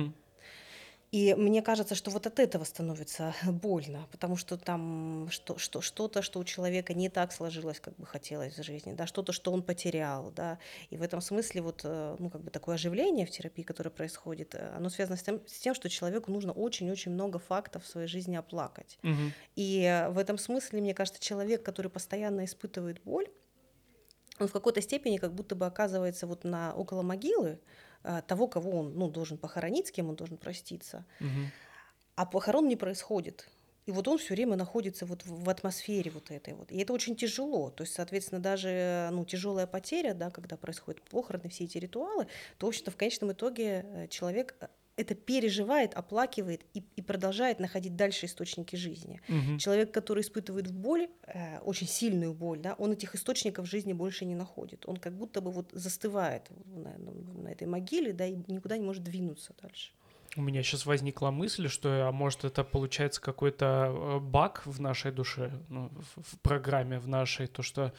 И мне кажется, что вот от этого становится больно, потому что там что-то, что у человека не так сложилось, как бы хотелось в жизни, да, что-то, что он потерял, да, и в этом смысле вот, ну, как бы такое оживление в терапии, которое происходит, оно связано с тем, что человеку нужно очень-очень много фактов в своей жизни оплакать. И в этом смысле, мне кажется, человек, который постоянно испытывает боль, он в какой-то степени как будто бы оказывается вот около могилы того, кого он, ну, должен похоронить, с кем он должен проститься. А похорон не происходит. И вот он все время находится вот в атмосфере вот этой вот. И это очень тяжело. То есть, соответственно, даже ну, тяжелая потеря, да, когда происходят похороны, все эти ритуалы, то, в общем-то, в конечном итоге человек это переживает, оплакивает и продолжает находить дальше источники жизни. Человек, который испытывает боль, очень сильную боль, да, он этих источников жизни больше не находит. Он как будто бы вот застывает на этой могиле, да, и никуда не может двинуться дальше. У меня сейчас возникла мысль, что, может, это получается какой-то баг в нашей душе, ну, в программе в нашей, то, что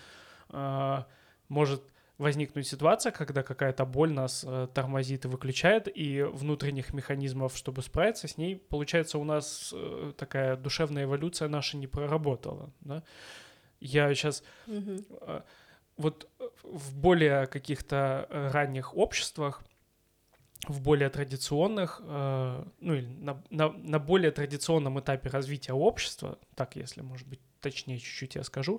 может возникнуть ситуация, когда какая-то боль нас тормозит и выключает, и внутренних механизмов, чтобы справиться с ней, получается, у нас такая душевная эволюция наша не проработала. Да? Я сейчас... Вот в более каких-то ранних обществах, в более традиционных, ну или на более традиционном этапе развития общества, так, если, может быть, точнее чуть-чуть я скажу,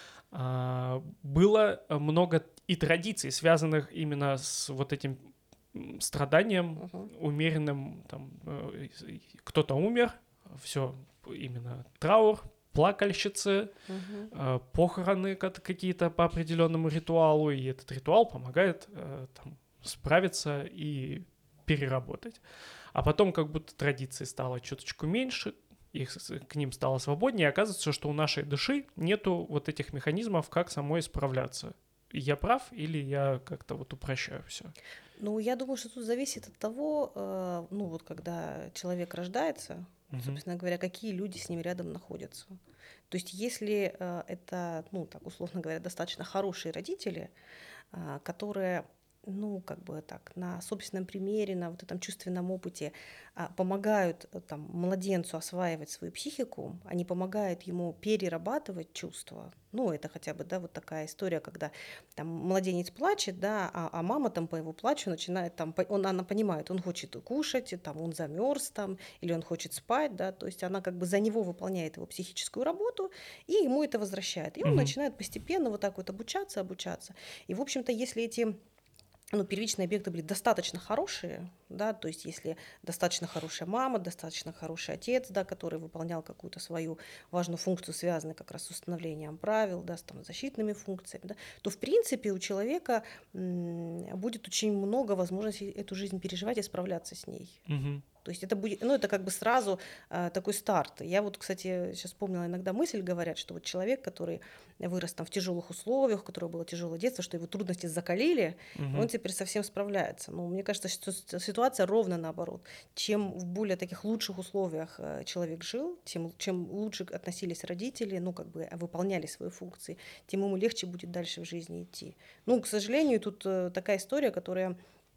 было много и традиций, связанных именно с вот этим страданием умеренным. Там, кто-то умер, все, именно траур, плакальщицы, похороны какие-то по определенному ритуалу, и этот ритуал помогает там, справиться и переработать. А потом как будто традиций стало чуточку меньше, к ним стало свободнее, и оказывается, что у нашей души нету вот этих механизмов, как самой справляться. Я прав или я как-то вот упрощаю все? Ну, я думаю, что тут зависит от того, ну вот когда человек рождается, собственно говоря, какие люди с ним рядом находятся. То есть если это, ну так условно говоря, достаточно хорошие родители, которые ну, как бы так, на собственном примере, на вот этом чувственном опыте помогают там, младенцу осваивать свою психику, они помогают ему перерабатывать чувства. Ну, это хотя бы, да, вот такая история, когда там младенец плачет, да, а мама там по его плачу начинает там, она понимает, он хочет кушать, там, он замерз там, или он хочет спать, да, то есть она как бы за него выполняет его психическую работу, и ему это возвращает. И он Мгм. начинает постепенно вот так вот обучаться. И, в общем-то, если эти первичные объекты были достаточно хорошие, да, то есть если достаточно хорошая мама, достаточно хороший отец, да, который выполнял какую-то свою важную функцию, связанную как раз с установлением правил, да, с там, защитными функциями, да, то в принципе у человека будет очень много возможностей эту жизнь переживать и справляться с ней. Мгм. То есть это будет, ну, это как бы сразу такой старт. Я вот, кстати, сейчас вспомнила, иногда мысль говорят, что вот человек, который вырос там в тяжелых условиях, у которого было тяжелое детство, что его трудности закалили, он Мгм. теперь совсем справляется. Но мне кажется, что ситуация ровно наоборот. Чем в более таких лучших условиях человек жил, чем лучше относились родители, ну, как бы выполняли свои функции, тем ему легче будет дальше в жизни идти. Ну, к сожалению, тут такая история, которая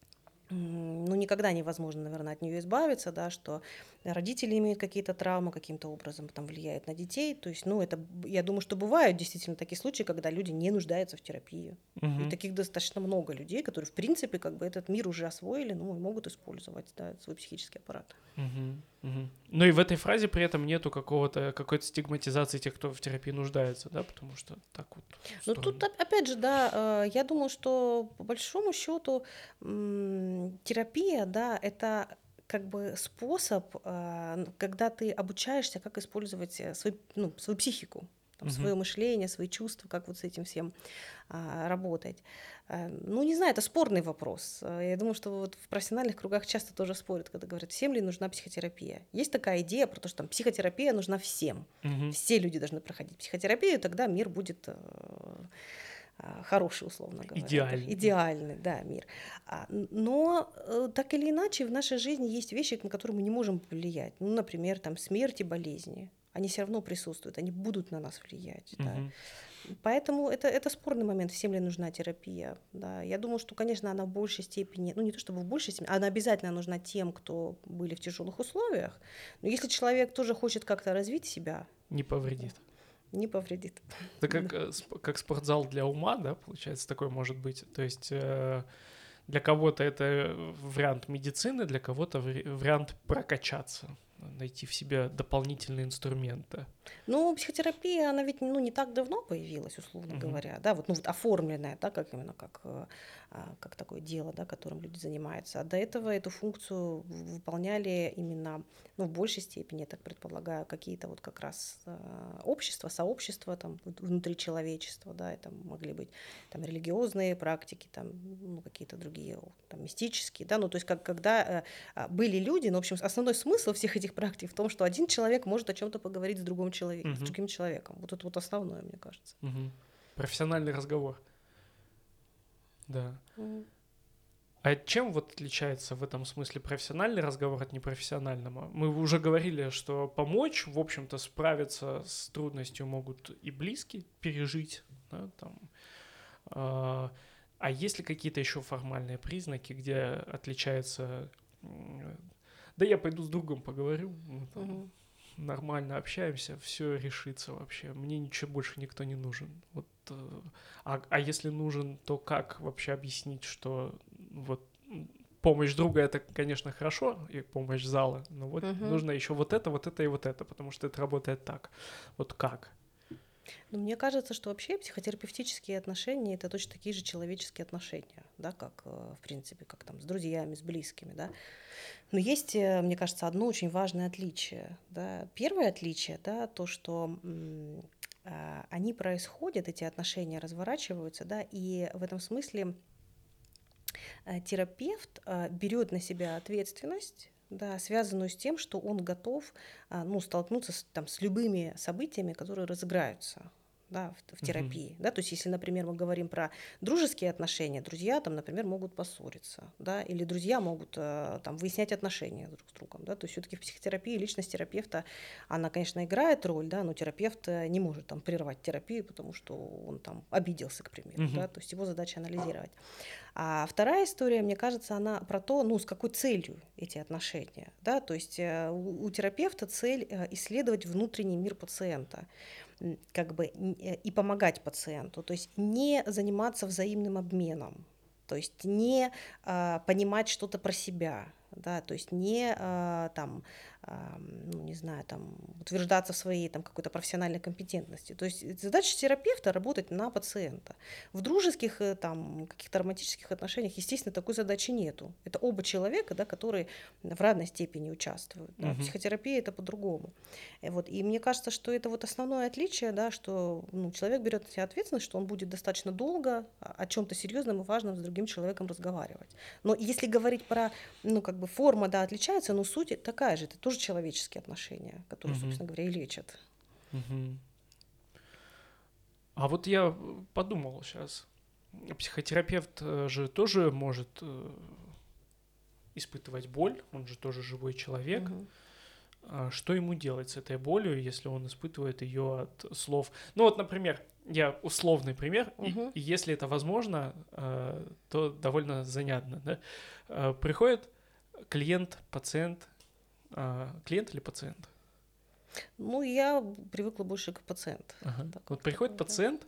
ну, никогда невозможно, наверное, от нее избавиться, да, что родители имеют какие-то травмы, каким-то образом там влияют на детей. То есть, ну, это, я думаю, что бывают действительно такие случаи, когда люди не нуждаются в терапии. И Мгм. таких достаточно много людей, которые, в принципе, как бы этот мир уже освоили, ну, и могут использовать, да, свой психический аппарат. Мгм. Мгм. Ну и в этой фразе при этом нету какой-то стигматизации тех, кто в терапии нуждается, да, потому что так вот Но тут, устроено. опять же, да, я думаю, что по большому счету терапия, да, это как бы способ, когда ты обучаешься, как использовать свою психику, там, Мгм. свое мышление, свои чувства, как вот с этим всем работать. Ну, не знаю, это спорный вопрос. Я думаю, что вот в профессиональных кругах часто тоже спорят, когда говорят, всем ли нужна психотерапия. Есть такая идея про то, что там психотерапия нужна всем. Мгм. Все люди должны проходить психотерапию, тогда мир будет хороший, условно говоря, да, Идеальный. идеальный, да, мир. Но так или иначе в нашей жизни есть вещи, на которые мы не можем повлиять. Ну, например, там смерть и болезни. Они все равно присутствуют, они будут на нас влиять. Да. Мгм. Поэтому это спорный момент, всем ли нужна терапия. Да. Я думаю, что, конечно, она в большей степени, ну не то чтобы в большей степени, она обязательно нужна тем, кто были в тяжелых условиях. Но если человек тоже хочет как-то развить себя, Не да, повредит. не повредит. Это Да. как спортзал для ума, да, получается, такой может быть. То есть для кого-то это вариант медицины, для кого-то вариант прокачаться, найти в себе дополнительные инструменты. Ну, психотерапия, она ведь не так давно появилась, условно Мгм. говоря, да, вот, ну, вот оформленная, да, как именно как такое дело, да, которым люди занимаются. А до этого эту функцию выполняли именно, ну, в большей степени, я так предполагаю, какие-то вот как раз общества, сообщества там внутри человечества, да, это могли быть там религиозные практики, там, ну, какие-то другие, там, мистические, да, ну, то есть когда были люди, но, в общем, основной смысл всех этих практик в том, что один человек может о чем-то поговорить с Мгм. другим человеком. Вот это вот основное, мне кажется. Мгм. Профессиональный разговор, да. Мгм. А чем вот отличается в этом смысле профессиональный разговор от непрофессионального? Мы уже говорили, что помочь, в общем-то, справиться с трудностью могут и близкие пережить, да, там. А а есть ли какие-то еще формальные признаки, где отличается... Да я пойду с другом поговорю, мы там Мгм. нормально общаемся, все решится вообще, мне ничего больше никто не нужен. Вот, а если нужен, то как вообще объяснить, что вот помощь друга это, конечно, хорошо, и помощь зала, но вот Мгм. нужно еще вот это и вот это, потому что это работает так. Вот как? Но мне кажется, что вообще психотерапевтические отношения это точно такие же человеческие отношения, да, как в принципе, как там с друзьями, с близкими, да. Но есть, мне кажется, одно очень важное отличие, да. Первое отличие, да, то, что они происходят, эти отношения разворачиваются, да, и в этом смысле терапевт берет на себя ответственность, да, связанную с тем, что он готов ну, столкнуться с любыми событиями, которые разыграются. да, в терапии, да, то есть если, например, мы говорим про дружеские отношения, друзья там, например, могут поссориться, да, или друзья могут там выяснять отношения друг с другом, да, то есть все-таки в психотерапии личность терапевта, она, конечно, играет роль, да, но терапевт не может там прервать терапию, потому что он там обиделся, к примеру, да, то есть его задача анализировать. А вторая история, мне кажется, она про то, ну, с какой целью эти отношения, да, то есть у терапевта цель исследовать внутренний мир пациента, как бы и помогать пациенту, то есть не заниматься взаимным обменом, то есть не понимать что-то про себя, да, то есть не там, ну, не знаю, там, утверждаться в своей там, какой-то профессиональной компетентности. То есть задача терапевта работать на пациента. В дружеских там, каких-то романтических отношениях, естественно, такой задачи нету. Это оба человека, да, которые в равной степени участвуют. Да. В психотерапии это по-другому. Вот. И мне кажется, что это вот основное отличие, да, что ну, человек берет на себя ответственность, что он будет достаточно долго о чем-то серьезном и важном с другим человеком разговаривать. Но если говорить про, ну, как бы форма, да, отличается, но суть такая же. Это тоже человеческие отношения, которые, собственно говоря, и лечат. А вот я подумал сейчас, психотерапевт же тоже может испытывать боль, он же тоже живой человек. Что ему делать с этой болью, если он испытывает ее от слов? Ну вот, например, я условный пример, и если это возможно, то довольно занятно. Да? Приходит клиент, пациент, клиент или пациент? Ну, я привыкла больше к пациенту. Ага. Вот приходит пациент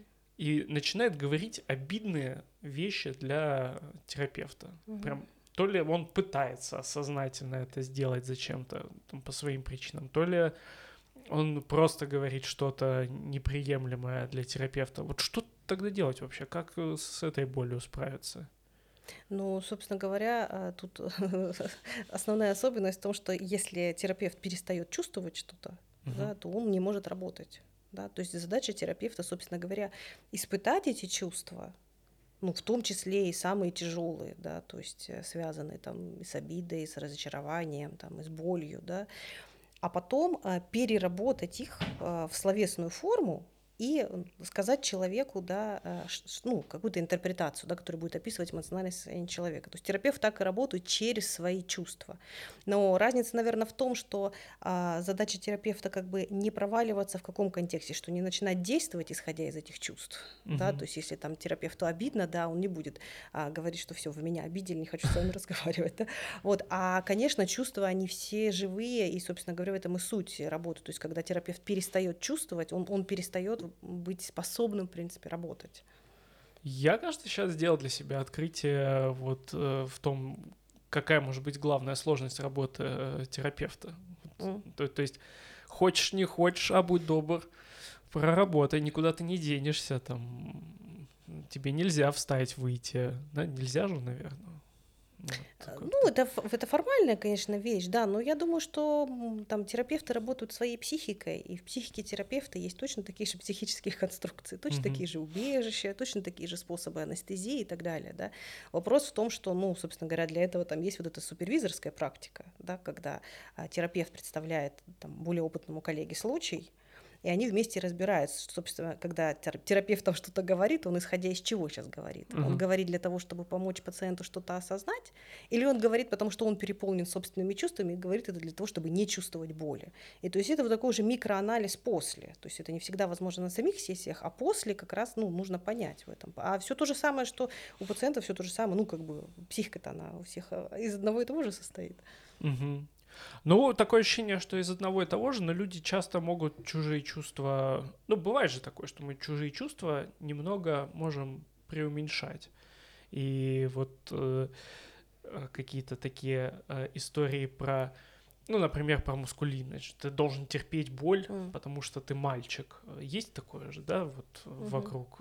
и начинает говорить обидные вещи для терапевта. Прям то ли он пытается сознательно это сделать зачем-то, там, по своим причинам, то ли он просто говорит что-то неприемлемое для терапевта. Вот что тогда делать вообще? Как с этой болью справиться? Ну, собственно говоря, тут основная особенность в том, что если терапевт перестает чувствовать что-то, да, то он не может работать. Да? То есть задача терапевта, собственно говоря, испытать эти чувства, ну, в том числе и самые тяжелые, да, то есть связанные там и с обидой, и с разочарованием, там, и с болью, да, а потом переработать их в словесную форму и сказать человеку, да, ну, какую-то интерпретацию, да, которая будет описывать эмоциональное состояние человека. То есть терапевт так и работает через свои чувства. Но разница, наверное, в том, что задача терапевта как бы не проваливаться в каком контексте, что не начинать действовать, исходя из этих чувств. Да, то есть если там терапевту обидно, да, он не будет говорить, что все, вы меня обидели, не хочу с вами разговаривать. Да? Вот. А, конечно, чувства, они все живые, и, собственно говоря, в этом и суть работы. То есть когда терапевт перестает чувствовать, он перестает быть способным, в принципе, работать. Я, кажется, сейчас сделал для себя открытие вот в том, какая может быть главная сложность работы терапевта. То есть хочешь, не хочешь, а будь добр, проработай, никуда ты не денешься, там, тебе нельзя встать, выйти, да, нельзя же, наверное. Ну, это формальная, конечно, вещь, да, но я думаю, что там терапевты работают своей психикой, и в психике терапевта есть точно такие же психические конструкции, точно такие же убежища, точно такие же способы анестезии и так далее, да. Вопрос в том, что, ну, собственно говоря, для этого там есть вот эта супервизорская практика, да, когда терапевт представляет там более опытному коллеге случай, и они вместе разбираются, собственно, когда терапевт там что-то говорит, он исходя из чего сейчас говорит. Он говорит для того, чтобы помочь пациенту что-то осознать, или он говорит, потому что он переполнен собственными чувствами, и говорит это для того, чтобы не чувствовать боли. И то есть это вот такой же микроанализ после. То есть это не всегда возможно на самих сессиях, а после как раз, ну, нужно понять в этом. А все то же самое, что у пациентов, все то же самое, ну, как бы психика-то она у всех из одного и того же состоит. Ну, такое ощущение, что из одного и того же, но люди часто могут чужие чувства... Ну, бывает же такое, что мы чужие чувства немного можем преуменьшать. И вот какие-то такие истории про... Ну, например, про мускулинность. Ты должен терпеть боль, потому что ты мальчик. Есть такое же, да, вот вокруг...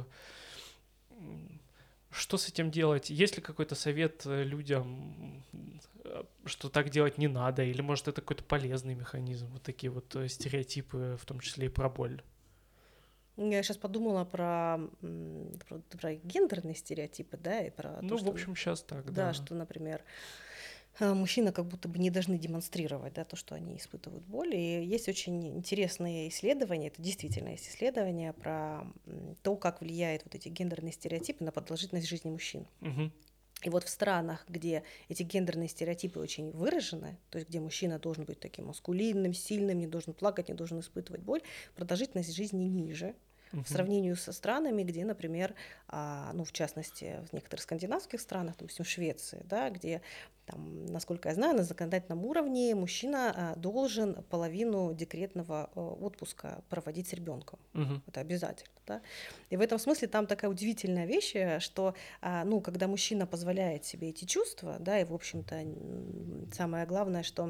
Что с этим делать? Есть ли какой-то совет людям, что так делать не надо? Или, может, это какой-то полезный механизм? Вот такие вот стереотипы, в том числе и про боль. Я сейчас подумала про гендерные стереотипы, да, и про ну, то, в что... общем, сейчас так, Да, да. что, например, мужчины как будто бы не должны демонстрировать, да, то, что они испытывают боль. И есть очень интересные исследования, это действительно есть исследования про то, как влияют вот эти гендерные стереотипы на продолжительность жизни мужчин. Мгм. И вот в странах, где эти гендерные стереотипы очень выражены, то есть где мужчина должен быть таким маскулинным, сильным, не должен плакать, не должен испытывать боль, продолжительность жизни ниже в Мгм. сравнении со странами, где, например, ну, в частности, в некоторых скандинавских странах, допустим, в Швеции, да, где, там, насколько я знаю, на законодательном уровне мужчина должен половину декретного отпуска проводить с ребенком. Мгм. Это обязательно. Да? И в этом смысле там такая удивительная вещь, что ну, когда мужчина позволяет себе эти чувства, да, и, в общем-то, самое главное, что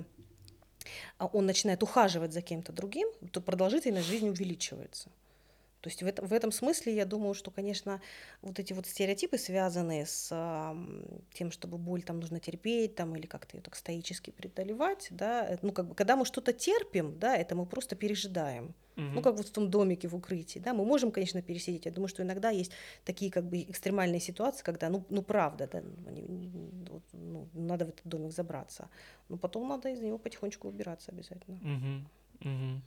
он начинает ухаживать за кем-то другим, то продолжительность жизни увеличивается. То есть в этом смысле я думаю, что, конечно, вот эти вот стереотипы, связанные с тем, чтобы боль там нужно терпеть там, или как-то ее так стоически преодолевать, да, ну, как бы, когда мы что-то терпим, да, это мы просто пережидаем. Ну, Мгм. как вот в том домике в укрытии, да, мы можем, конечно, пересидеть. Я думаю, что иногда есть такие как бы экстремальные ситуации, когда, ну правда, да, ну, надо в этот домик забраться, но потом надо из него потихонечку убираться обязательно. Мгм. Мгм.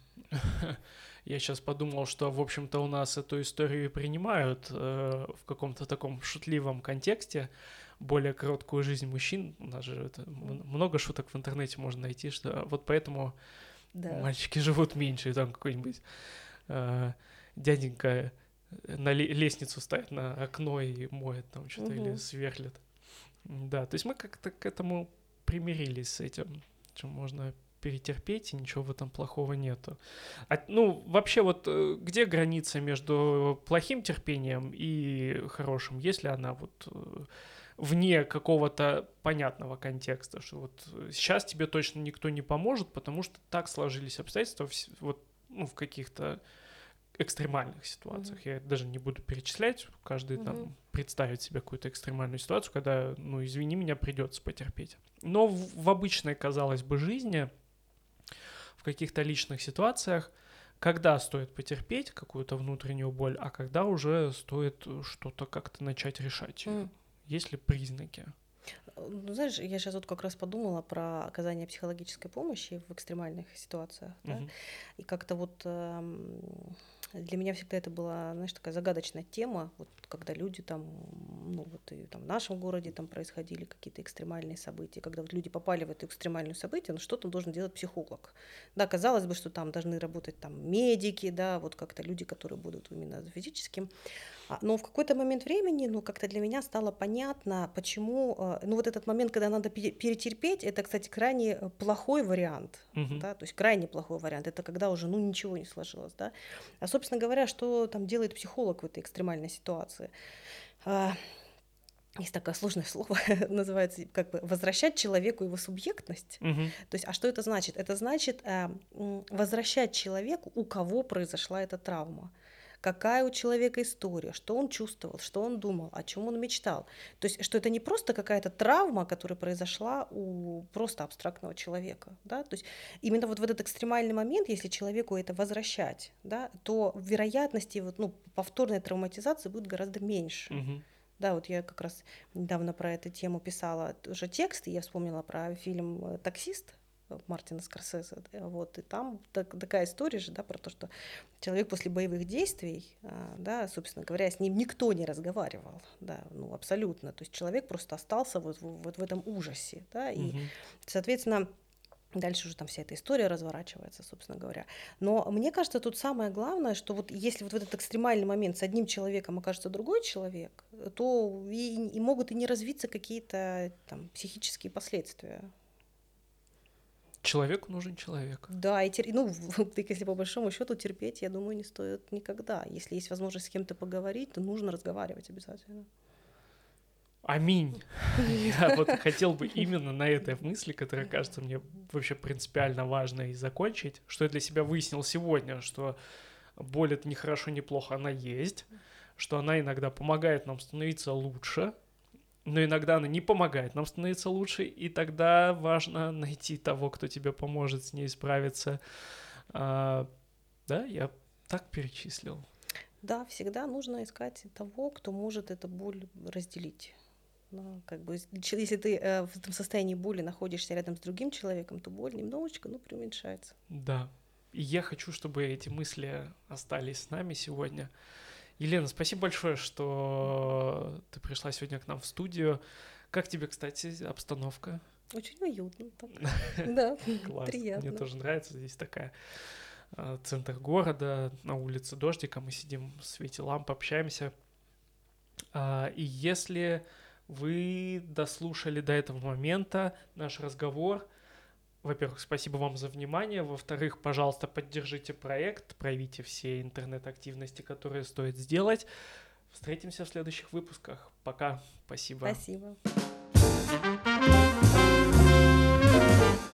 Я сейчас подумал, что, в общем-то, у нас эту историю и принимают в каком-то таком шутливом контексте. Более короткую жизнь мужчин. У нас же много шуток в интернете можно найти, что вот поэтому Да. мальчики живут меньше, и там какой-нибудь э, дяденька на лестницу ставит на окно и моет там что-то или Мгм. сверлит. Да, то есть мы как-то к этому примирились с этим, что можно перетерпеть, и ничего в этом плохого нету. Ну, вообще вот где граница между плохим терпением и хорошим, если она вот вне какого-то понятного контекста, что вот сейчас тебе точно никто не поможет, потому что так сложились обстоятельства вот, ну, в каких-то экстремальных ситуациях. Мгм. Я даже не буду перечислять, каждый Мгм. там представить себе какую-то экстремальную ситуацию, когда, ну, извини меня, придется потерпеть. Но в обычной, казалось бы, жизни, в каких-то личных ситуациях, когда стоит потерпеть какую-то внутреннюю боль, а когда уже стоит что-то как-то начать решать ее. М. Есть ли признаки? Ну, знаешь, я сейчас вот как раз подумала про оказание психологической помощи в экстремальных ситуациях, да, Мгм. и как-то вот для меня всегда это была, знаешь, такая загадочная тема, вот когда люди там, ну вот и там в нашем городе там происходили какие-то экстремальные события, когда вот люди попали в это экстремальное событие, ну что там должен делать психолог? Да, казалось бы, что там должны работать там медики, да, вот как-то люди, которые будут именно за физическим. Но в какой-то момент времени, ну, как-то для меня стало понятно, почему, ну, вот этот момент, когда надо перетерпеть, это, кстати, крайне плохой вариант, Мгм. да, то есть крайне плохой вариант, это когда уже, ну, ничего не сложилось, да. А, собственно говоря, что там делает психолог в этой экстремальной ситуации? А, Есть такое сложное слово, называется как бы возвращать человеку его субъектность. Мгм. То есть, а что это значит? Это значит возвращать человеку, у кого произошла эта травма. Какая у человека история, что он чувствовал, что он думал, о чем он мечтал. То есть, что это не просто какая-то травма, которая произошла у просто абстрактного человека. Да? То есть, именно вот в этот экстремальный момент, если человеку это возвращать, да, то вероятности вот, ну, повторной травматизации будет гораздо меньше. Мгм. Да, вот я как раз недавно про эту тему писала тоже текст, и я вспомнила про фильм «Таксист» Мартина Скорсезе. Вот, и там такая история же, да, про то, что человек после боевых действий, да, собственно говоря, с ним никто не разговаривал, да, ну, абсолютно. То есть человек просто остался вот в этом ужасе, да, и, Мгм. соответственно, дальше уже там вся эта история разворачивается, собственно говоря. Но мне кажется, тут самое главное, что вот если вот в этот экстремальный момент с одним человеком окажется другой человек, то и могут и не развиться какие-то там психические последствия. Человеку нужен человек. Да, ну, если по большому счету терпеть, я думаю, не стоит никогда. Если есть возможность с кем-то поговорить, то нужно разговаривать обязательно. Аминь. Я вот хотел бы именно на этой мысли, которая кажется мне вообще принципиально важной, закончить, что я для себя выяснил сегодня, что боль — это не хорошо, не плохо, она есть, что она иногда помогает нам становиться лучше, но иногда она не помогает нам становиться лучше, и тогда важно найти того, кто тебе поможет с ней справиться. А, да, я так перечислил. Да, всегда нужно искать того, кто может эту боль разделить. Но как бы, если ты в этом состоянии боли находишься рядом с другим человеком, то боль немножечко, ну, преуменьшается. Да. И я хочу, чтобы эти мысли остались с нами сегодня. Елена, спасибо большое, что ты пришла сегодня к нам в студию. Как тебе, кстати, обстановка? Очень уютно. Да, Класс. Мне приятно. тоже нравится. Здесь такая центр города, на улице дождика. Мы сидим в свете ламп, общаемся. И если вы дослушали до этого момента наш разговор, во-первых, спасибо вам за внимание. Во-вторых, пожалуйста, поддержите проект, проявите все интернет-активности, которые стоит сделать. Встретимся в следующих выпусках. Пока. Спасибо. Спасибо.